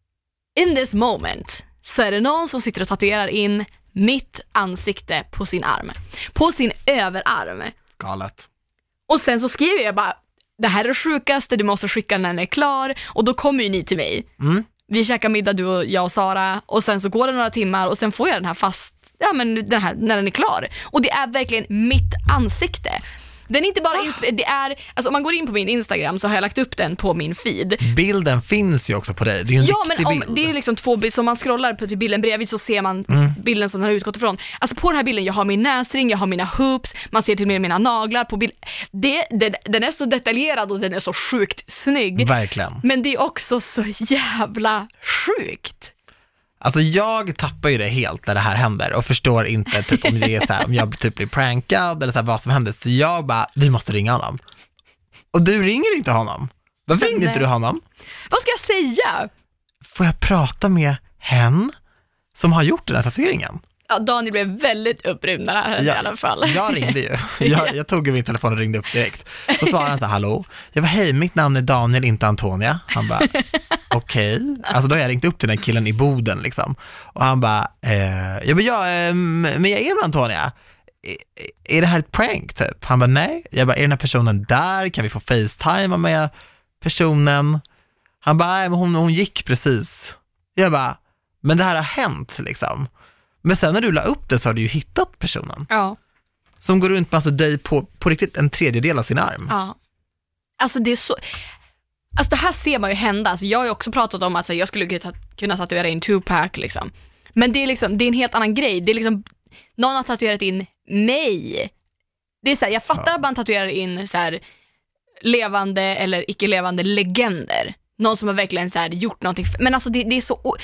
Speaker 2: in this moment så är det någon som sitter och tatuerar in mitt ansikte på sin arm. På sin överarm.
Speaker 1: Galet.
Speaker 2: Och sen så skriver jag bara, det här är det sjukaste, du måste skicka när den är klar. Och då kommer ju ni till mig. Vi käkar middag, du och jag och Sara. Och sen så går det några timmar och sen får jag den här den här, när den är klar. Och det är verkligen mitt ansikte. Den är inte bara det är, alltså om man går in på min Instagram så har jag lagt upp den på min feed.
Speaker 1: Bilden finns ju också på dig. Det är ju en riktig bild.
Speaker 2: Det är liksom två bilder, som man scrollar på bilden bredvid så ser man bilden som den har utgått ifrån. Alltså på den här bilden, jag har min näsring, jag har mina hoops, man ser till och med mina naglar på bild. Den är så detaljerad och den är så sjukt snygg.
Speaker 1: Verkligen.
Speaker 2: Men det är också så jävla sjukt.
Speaker 1: Alltså jag tappar ju det helt när det här händer och förstår inte typ om det är så här, om jag typ blir prankad eller så här, vad som händer. Så jag bara, vi måste ringa honom. Och du ringer inte honom. Varför ringer inte du honom?
Speaker 2: Vad ska jag säga?
Speaker 1: Får jag prata med hen som har gjort den här tatueringen?
Speaker 2: Ja, Daniel blev väldigt upprymd här i alla fall.
Speaker 1: Jag ringde ju. Jag tog min telefon och ringde upp direkt. Så svarade han så här, hallå. Jag bara, hej, mitt namn är Daniel, inte Antonia. Han bara, okej. Alltså då har jag ringt upp till den killen i Boden liksom. Och han bara, men jag är med Antonia. Är det här ett prank typ? Han bara, nej. Jag bara, är den här personen där? Kan vi få FaceTime med personen? Han bara, nej, men hon gick precis. Jag bara, men det här har hänt liksom. Men sen när du la upp det så har du ju hittat personen. Ja. Som går runt med alltså dig på riktigt en tredjedel av sin arm.
Speaker 2: Ja. Alltså det är så... Alltså det här ser man ju hända. Alltså jag har ju också pratat om att jag skulle kunna tatuera in Tupac liksom. Men det är liksom, det är en helt annan grej. Det är liksom, någon har tatuerat in mig. Det är så här, jag fattar att man tatuerar in så här levande eller icke-levande legender. Någon som har verkligen så här gjort någonting. Men alltså det är så...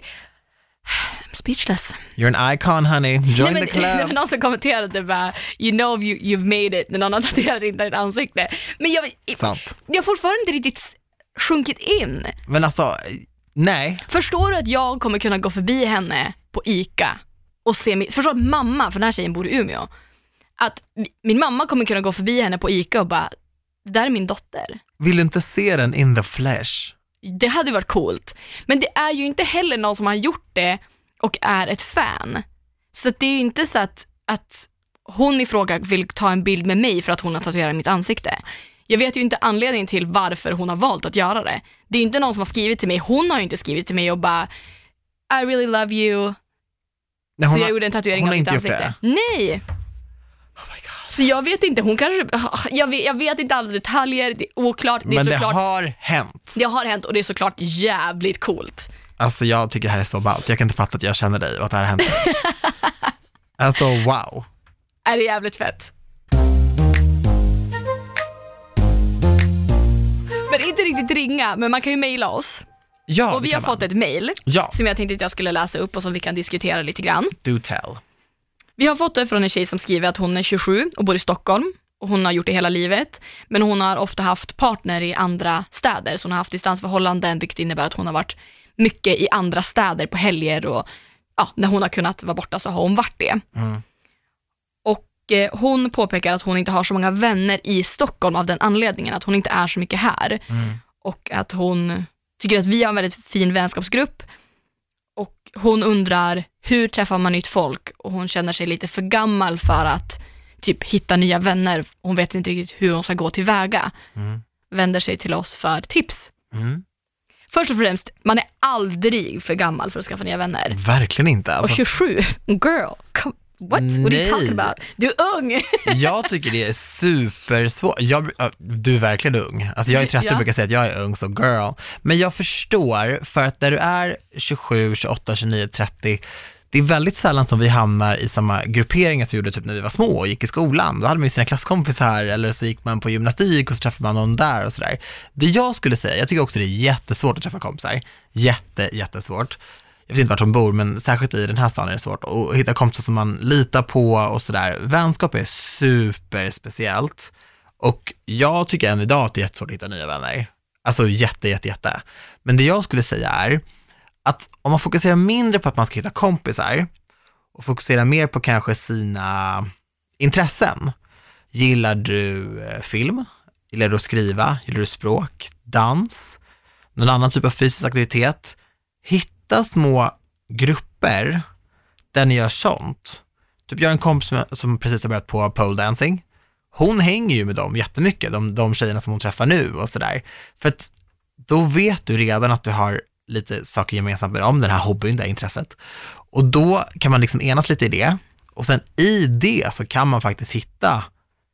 Speaker 2: I'm speechless.
Speaker 1: You're an icon, honey. Join the club.
Speaker 2: Det var någon som kommenterade bara, you know you've made it, när någon har tatuerat in ditt ansikte. Men jag har fortfarande inte riktigt sjunkit in.
Speaker 1: Men alltså, nej.
Speaker 2: Förstår du att jag kommer kunna gå förbi henne på Ica och se förstår att mamma, för den här tjejen bor i Umeå, att min mamma kommer kunna gå förbi henne på Ica och bara, det där är min dotter.
Speaker 1: Vill du inte se den in the flesh?
Speaker 2: Det hade varit coolt. Men det är ju inte heller någon som har gjort det och är ett fan. Så det är ju inte så att hon i fråga vill ta en bild med mig för att hon har tatuerat mitt ansikte. Jag vet ju inte anledningen till varför hon har valt att göra det. Det är ju inte någon som har skrivit till mig. Hon har ju inte skrivit till mig och bara, I really love you. Nej, så jag gjorde en tatuering av mitt ansikte. Nej. Så jag vet inte, hon kanske... Jag vet inte alla detaljer, det är oklart. Det är
Speaker 1: men
Speaker 2: såklart,
Speaker 1: det har hänt.
Speaker 2: Det har hänt och det är såklart jävligt coolt.
Speaker 1: Alltså jag tycker det här är så ballt. Jag kan inte fatta att jag känner dig och att det här händer. Alltså wow.
Speaker 2: Är det jävligt fett. Men inte riktigt ringa, men man kan ju mejla oss.
Speaker 1: Ja,
Speaker 2: och vi har fått ett mejl som jag tänkte att jag skulle läsa upp och som vi kan diskutera lite grann.
Speaker 1: Do tell.
Speaker 2: Vi har fått det från en tjej som skriver att hon är 27 och bor i Stockholm. Och hon har gjort det hela livet. Men hon har ofta haft partner i andra städer. Så hon har haft distansförhållanden, vilket innebär att hon har varit mycket i andra städer på helger och när hon har kunnat vara borta så har hon varit det. Och hon påpekar att hon inte har så många vänner i Stockholm av den anledningen, att hon inte är så mycket här. Och att hon tycker att vi har en väldigt fin vänskapsgrupp. Och hon undrar, hur träffar man nytt folk? Och hon känner sig lite för gammal för att typ hitta nya vänner. Hon vet inte riktigt hur hon ska gå tillväga. Vänder sig till oss för tips. Först och främst, man är aldrig för gammal för att skaffa nya vänner.
Speaker 1: Verkligen inte.
Speaker 2: Alltså. Och 27, girl, what are you talking about? Du är ung.
Speaker 1: Jag tycker det är supersvårt. Du är verkligen ung. Alltså jag är 30 och brukar säga att jag är ung, så girl. Men jag förstår, för att när du är 27, 28, 29, 30, det är väldigt sällan som vi hamnar i samma grupperingar som vi gjorde typ när vi var små och gick i skolan. Då hade man ju sina klasskompisar, eller så gick man på gymnastik och så träffade man någon där och sådär. Det jag skulle säga, jag tycker också det är jättesvårt att träffa kompisar. Jättesvårt. Jag vet inte vart de bor, men särskilt i den här staden är det svårt att hitta kompisar som man litar på och sådär. Vänskap är superspeciellt. Och jag tycker än idag att det är jättesvårt att hitta nya vänner. Alltså jätte. Men det jag skulle säga är att om man fokuserar mindre på att man ska hitta kompisar och fokuserar mer på kanske sina intressen. Gillar du film? Gillar du att skriva? Gillar du språk? Dans? Någon annan typ av fysisk aktivitet? Hitta små grupper där ni gör sånt. Typ jag har en kompis som precis har börjat på pole dancing. Hon hänger ju med dem jättemycket, de tjejerna som hon träffar nu och sådär. För att då vet du redan att du har lite saker gemensamt med dem, den här hobbyn, det här intresset. Och då kan man liksom enas lite i det. Och sen i det så kan man faktiskt hitta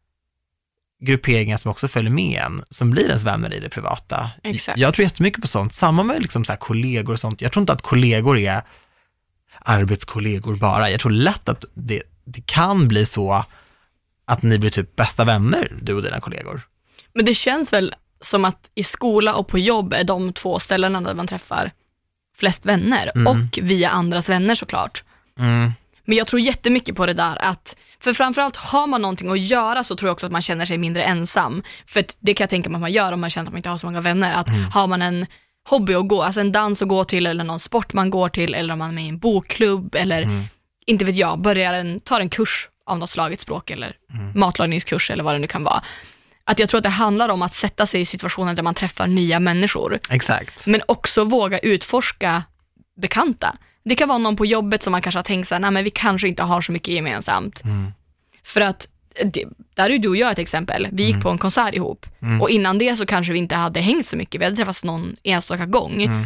Speaker 1: grupperingar som också följer med en, som blir ens vänner i det privata.
Speaker 2: Exakt.
Speaker 1: Jag tror jättemycket på sånt. Samma med liksom så här kollegor och sånt. Jag tror inte att kollegor är arbetskollegor bara. Jag tror lätt att det kan bli så att ni blir typ bästa vänner, du och dina kollegor.
Speaker 2: Men det känns väl som att i skola och på jobb är de två ställena där man träffar flest vänner. Och via andras vänner såklart. Men jag tror jättemycket på det där att, för framförallt har man någonting att göra så tror jag också att man känner sig mindre ensam. För det kan jag tänka mig att man gör om man känner att man inte har så många vänner. Att har man en hobby att gå, alltså en dans att gå till eller någon sport man går till, eller om man är med i en bokklubb eller inte vet jag, tar en kurs av något slag, ett språk eller matlagningskurs eller vad det nu kan vara. Att jag tror att det handlar om att sätta sig i situationer där man träffar nya människor.
Speaker 1: Exakt.
Speaker 2: Men också våga utforska bekanta. Det kan vara någon på jobbet som man kanske har tänkt sig, nej men vi kanske inte har så mycket gemensamt. För att, där är du och jag ett exempel. Vi gick på en konsert ihop. Och innan det så kanske vi inte hade hängt så mycket. Vi hade träffats någon enstaka gång.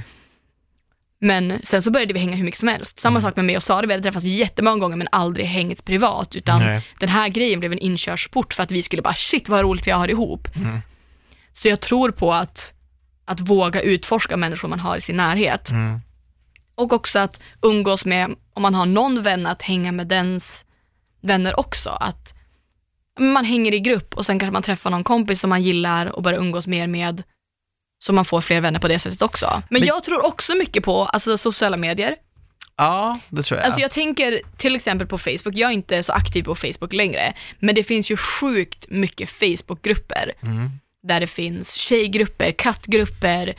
Speaker 2: Men sen så började vi hänga hur mycket som helst. Samma sak med mig och Sara, vi hade träffats jättemånga gånger men aldrig hängt privat. Utan den här grejen blev en inkörsport för att vi skulle bara, shit vad roligt vi har ihop. Så jag tror på att våga utforska människor man har i sin närhet. Och också att umgås med, om man har någon vän, att hänga med dens vänner också. Att man hänger i grupp och sen kanske man träffar någon kompis som man gillar och börjar umgås mer med, så man får fler vänner på det sättet också. Men jag tror också mycket på sociala medier.
Speaker 1: Ja, det tror jag.
Speaker 2: Alltså jag tänker till exempel på Facebook. Jag är inte så aktiv på Facebook längre. Men det finns ju sjukt mycket Facebookgrupper. Där det finns tjejgrupper, kattgrupper.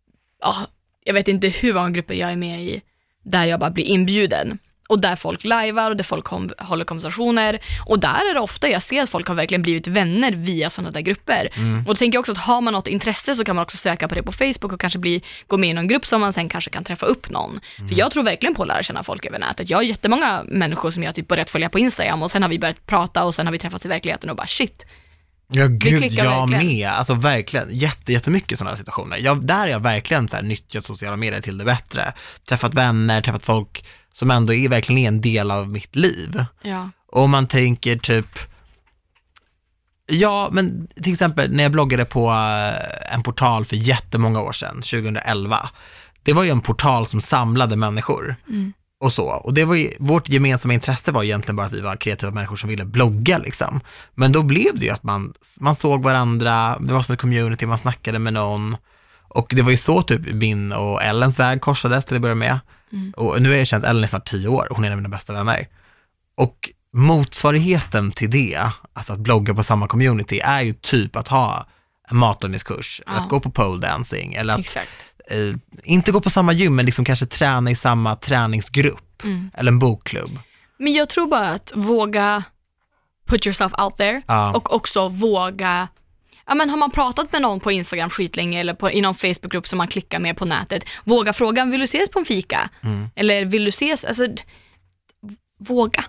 Speaker 2: Jag vet inte hur många grupper jag är med i. Där jag bara blir inbjuden. Och där folk livear och där folk håller konversationer. Och där är det ofta jag ser att folk har verkligen blivit vänner via sådana där grupper. Och då tänker jag också att har man något intresse så kan man också söka på det på Facebook och kanske gå med i någon grupp som man sen kanske kan träffa upp någon. För jag tror verkligen på att lära känna folk över nätet. Jag har jättemånga människor som jag typ börjat följa på Instagram och sen har vi börjat prata och sen har vi träffats i verkligheten och bara shit.
Speaker 1: Ja gud, jag med. Alltså verkligen, jättemycket sådana här situationer. Där har jag verkligen så här nyttjat sociala medier till det bättre. Träffat vänner, träffat folk som ändå är verkligen en del av mitt liv.
Speaker 2: Ja.
Speaker 1: Och man tänker typ, ja men till exempel när jag bloggade på en portal för jättemånga år sedan, 2011. Det var ju en portal som samlade människor. Och så. Och det var ju, vårt gemensamma intresse var egentligen bara att vi var kreativa människor som ville blogga liksom. Men då blev det ju att man såg varandra, det var som ett community, man snackade med någon. Och det var ju så typ min och Ellens väg korsades till att börja med. Och nu har jag känt Ellen i snart 10 år, hon är en av mina bästa vänner. Och motsvarigheten till det, alltså att blogga på samma community, är ju typ att ha en matlagningskurs, att gå på pole dancing, eller att inte gå på samma gym men liksom kanske träna i samma träningsgrupp. eller en bokklubb.
Speaker 2: Men jag tror bara att våga put yourself out there och också våga, ja, men har man pratat med någon på Instagram skitlänge eller i någon Facebookgrupp som man klickar med på nätet, våga fråga, vill du ses på en fika? Eller vill du ses, alltså våga.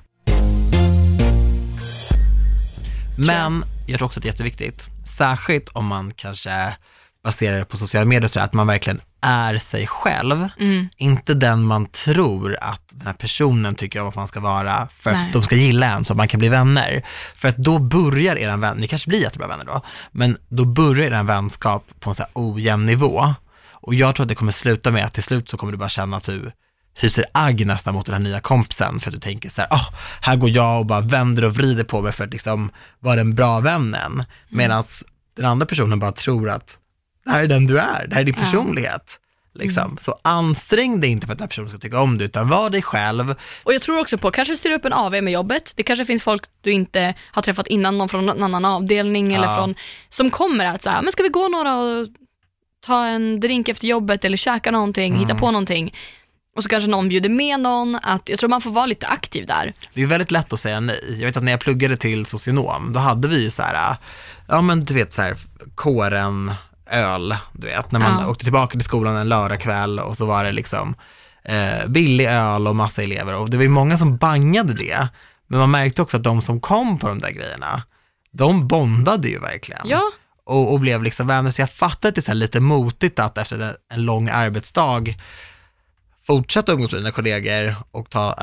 Speaker 1: Men jag tror också att det är jätteviktigt, särskilt om man kanske baserar det på sociala medier så att man verkligen är sig själv, inte den man tror att den här personen tycker om att man ska vara för att de ska gilla en så att man kan bli vänner. För att då börjar eran vän, ni kanske blir jättebra vänner då, men då börjar eran vänskap på en så här ojämn nivå. Och jag tror att det kommer sluta med att till slut så kommer du bara känna att du hyser agg nästan mot den här nya kompisen för att du tänker så här, här går jag och bara vänder och vrider på mig för att liksom vara den bra vännen. Medan den andra personen bara tror att det här är den du är, det här är din personlighet. Liksom. Så ansträng dig inte för att den här personen ska tycka om dig, utan var dig själv.
Speaker 2: Och jag tror också på, kanske styra upp en AV med jobbet. Det kanske finns folk du inte har träffat innan, någon från en annan avdelning eller från, som kommer att säga, men ska vi gå några och ta en drink efter jobbet eller käka någonting, hitta på någonting. Och så kanske någon bjuder med någon. Att jag tror man får vara lite aktiv där.
Speaker 1: Det är väldigt lätt att säga nej. Jag vet att när jag pluggade till socionom, då hade vi ju så här, ja men du vet så här, kåren öl, du vet, när man åkte tillbaka till skolan en lördagkväll och så var det liksom billig öl och massa elever, och det var ju många som bangade det, men man märkte också att de som kom på de där grejerna, de bondade ju verkligen och blev liksom vänner, så jag fattade att det är så här lite motigt att efter en lång arbetsdag fortsätta umgås med dina kollegor och ta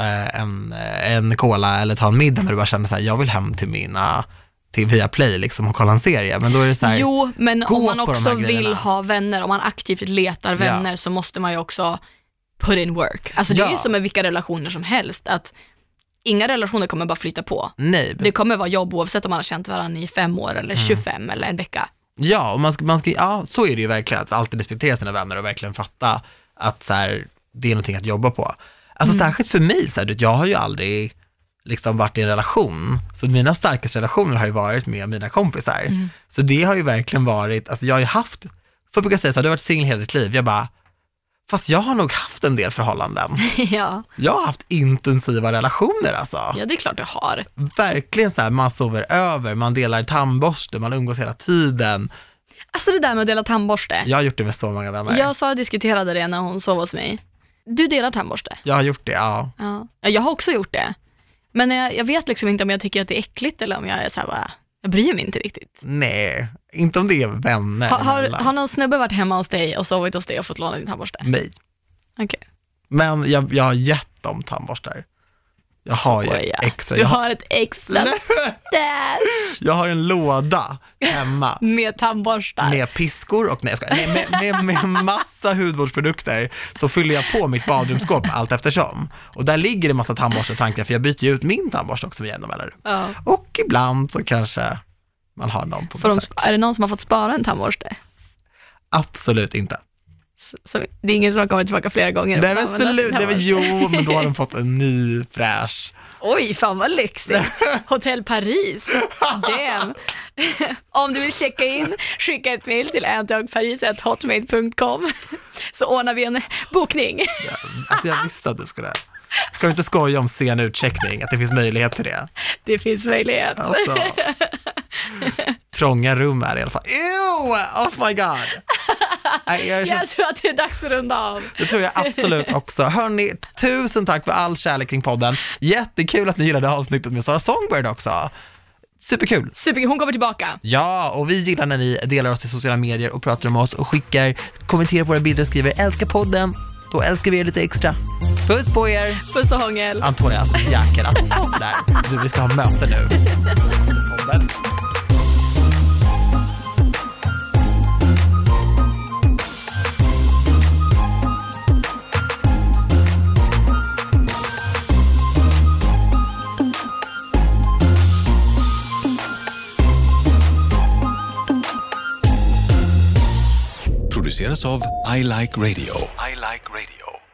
Speaker 1: en cola eller ta en middag när du bara känner så här, jag vill hem till Viaplay liksom och kolla en serie, men då är det så här,
Speaker 2: jo, men om man också vill ha vänner, om man aktivt letar vänner, så måste man ju också put in work. Alltså det är ju som med vilka relationer som helst, att inga relationer kommer bara flytta på.
Speaker 1: Nej.
Speaker 2: Det kommer vara jobb oavsett om man har känt varandra i 5 år eller 25 eller en vecka.
Speaker 1: Ja, och man ska, så är det ju verkligen, att alltid respektera sina vänner och verkligen fatta att så här, det är någonting att jobba på. Alltså särskilt för mig, så här, jag har ju aldrig liksom varit i en relation, så mina starkaste relationer har ju varit med mina kompisar. Så det har ju verkligen varit, alltså jag har ju haft, för att brukar säga så här, du har varit singel hela ditt liv, jag bara, fast jag har nog haft en del förhållanden. Jag har haft intensiva relationer alltså.
Speaker 2: Ja, det är klart du har.
Speaker 1: Verkligen så här, man sover över, man delar tandborste, man umgås hela tiden.
Speaker 2: Alltså det där med att dela tandborste.
Speaker 1: Jag har gjort det med så många vänner.
Speaker 2: Jag diskuterade det när hon sov hos mig. Du delar tandborste?
Speaker 1: Jag har gjort det, ja.
Speaker 2: Jag har också gjort det. Men jag vet liksom inte om jag tycker att det är äckligt eller om jag är så här bara, jag bryr mig inte riktigt.
Speaker 1: Nej, inte om det är vänner.
Speaker 2: Har någon snubbe varit hemma hos dig och sovit hos dig och fått låna din tandborste?
Speaker 1: Nej.
Speaker 2: Okej.
Speaker 1: Men jag har gett dem tandborstar. Jag har ju extra.
Speaker 2: Du har ett extra stash.
Speaker 1: Jag har en låda hemma.
Speaker 2: Med tandborstar.
Speaker 1: Med piskor och med massa hudvårdsprodukter. Så fyller jag på mitt badrumsskåp allt eftersom. Och där ligger det massa tandborstar och tankar, för jag byter ju ut min tandborste också med jämna mellanrum. Och ibland så kanske man har någon på besök.
Speaker 2: Är det någon som har fått spara en tandborste?
Speaker 1: Absolut inte.
Speaker 2: Så det är ingen som har kommit tillbaka flera gånger.
Speaker 1: Nej, men absolut, men då har de fått en ny fräsch.
Speaker 2: Oj, fan vad lyxigt. Hotell Paris. Damn. Om du vill checka in, skicka ett mail till antagparis@hotmail.com så ordnar vi en bokning.
Speaker 1: Ja, alltså jag visste att du skulle. Ska du inte skoja om sen utcheckning, att det finns möjlighet till det?
Speaker 2: Det finns möjlighet.
Speaker 1: Alltså. Trånga rum är i alla fall. Ew! Oh my god.
Speaker 2: Jag tror att det är dags att runda av.
Speaker 1: Det tror jag absolut också. Hörrni, tusen tack för all kärlek kring podden. Jättekul att ni gillade avsnittet med Sara Songbird också. Superkul.
Speaker 2: Hon kommer tillbaka.
Speaker 1: Ja, och vi gillar när ni delar oss i sociala medier och pratar om oss och kommenterar på våra bilder och skriver älskar podden. Då älskar vi er lite extra. Puss på er.
Speaker 2: Puss och hångel.
Speaker 1: Antonia, alltså jäklar att du sa sådär. Vi ska ha möte nu.
Speaker 3: Produceras av I Like Radio. I Like Radio.